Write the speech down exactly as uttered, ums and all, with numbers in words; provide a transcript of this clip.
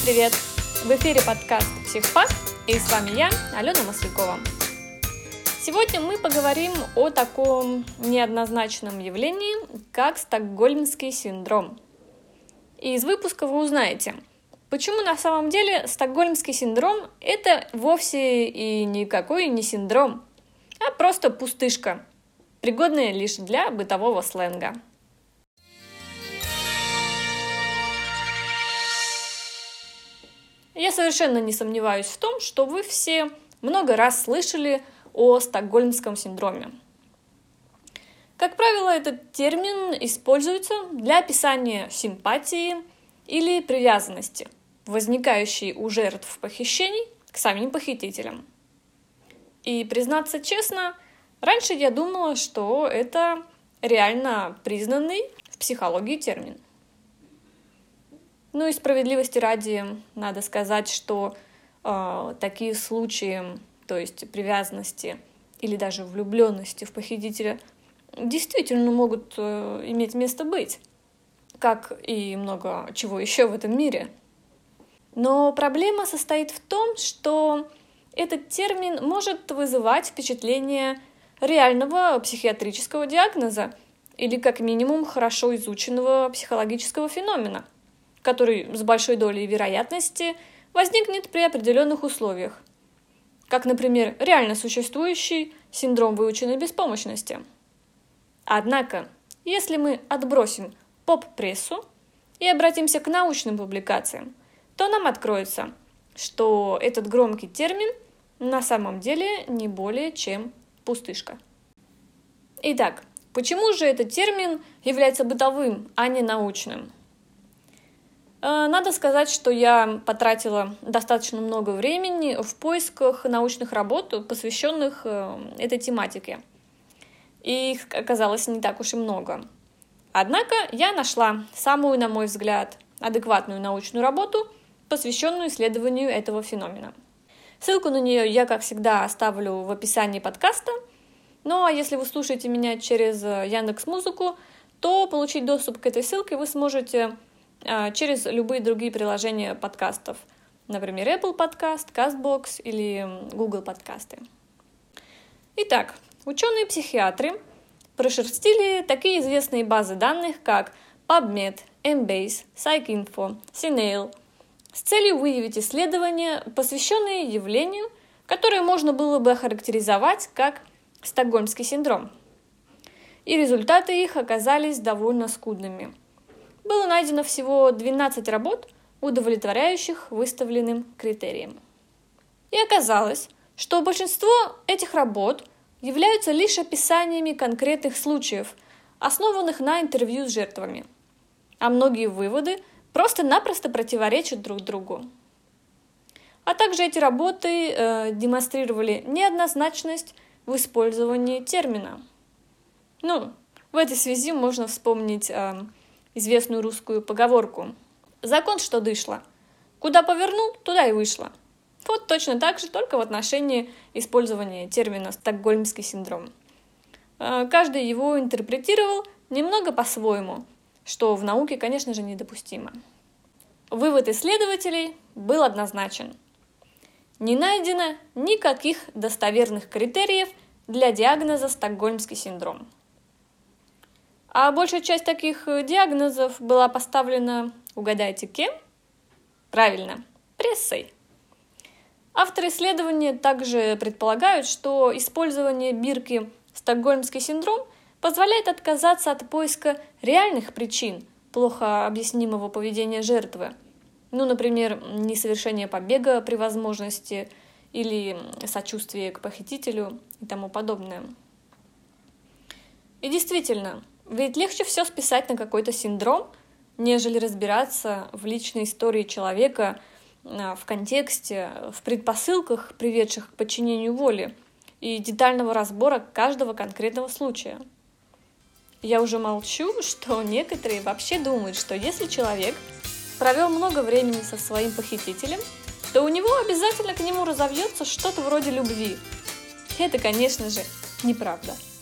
привет! В эфире подкаст «Психфак» и с вами я, Алена Маслякова. Сегодня мы поговорим о таком неоднозначном явлении, как стокгольмский синдром. И из выпуска вы узнаете, почему на самом деле стокгольмский синдром – это вовсе и никакой не синдром, а просто пустышка, пригодная лишь для бытового сленга. Я совершенно не сомневаюсь в том, что вы все много раз слышали о стокгольмском синдроме. Как правило, этот термин используется для описания симпатии или привязанности, возникающей у жертв похищений к самим похитителям. И, признаться честно, раньше я думала, что это реально признанный в психологии термин. Ну и справедливости ради надо сказать, что э, такие случаи, то есть привязанности или даже влюбленности в похитителя, действительно могут э, иметь место быть, как и много чего еще в этом мире. Но проблема состоит в том, что этот термин может вызывать впечатление реального психиатрического диагноза или как минимум хорошо изученного психологического феномена, который с большой долей вероятности возникнет при определенных условиях, как, например, реально существующий синдром выученной беспомощности. Однако, если мы отбросим поп-прессу и обратимся к научным публикациям, то нам откроется, что этот громкий термин на самом деле не более чем пустышка. Итак, почему же этот термин является бытовым, а не научным? Надо сказать, что я потратила достаточно много времени в поисках научных работ, посвященных этой тематике. И их оказалось не так уж и много. Однако я нашла самую, на мой взгляд, адекватную научную работу, посвященную исследованию этого феномена. Ссылку на нее я, как всегда, оставлю в описании подкаста. Ну а если вы слушаете меня через Яндекс.Музыку, то получить доступ к этой ссылке вы сможете через любые другие приложения подкастов, например, Apple Podcast, CastBox или Google подкасты. Итак, ученые-психиатры прошерстили такие известные базы данных, как PubMed, Embase, PsycInfo, CINAHL, с целью выявить исследования, посвященные явлению, которое можно было бы охарактеризовать как стокгольмский синдром. И результаты их оказались довольно скудными. Было найдено всего двенадцать работ, удовлетворяющих выставленным критериям. И оказалось, что большинство этих работ являются лишь описаниями конкретных случаев, основанных на интервью с жертвами, а многие выводы просто-напросто противоречат друг другу. А также эти работы э, демонстрировали неоднозначность в использовании термина. Ну, в этой связи можно вспомнить э, известную русскую поговорку «Закон, что дышло. Куда повернул, туда и вышло». Вот точно так же, только в отношении использования термина «стокгольмский синдром». Каждый его интерпретировал немного по-своему, что в науке, конечно же, недопустимо. Вывод исследователей был однозначен. Не найдено никаких достоверных критериев для диагноза «стокгольмский синдром». А большая часть таких диагнозов была поставлена, угадайте, кем? Правильно, прессой. Авторы исследования также предполагают, что использование бирки «стокгольмский синдром» позволяет отказаться от поиска реальных причин плохо объяснимого поведения жертвы, ну, например, несовершение побега при возможности или сочувствие к похитителю и тому подобное. И действительно, ведь легче все списать на какой-то синдром, нежели разбираться в личной истории человека, в контексте, в предпосылках, приведших к подчинению воли, и детального разбора каждого конкретного случая. Я уже молчу, что некоторые вообще думают, что если человек провел много времени со своим похитителем, то у него обязательно к нему разовьется что-то вроде любви. Это, конечно же, неправда.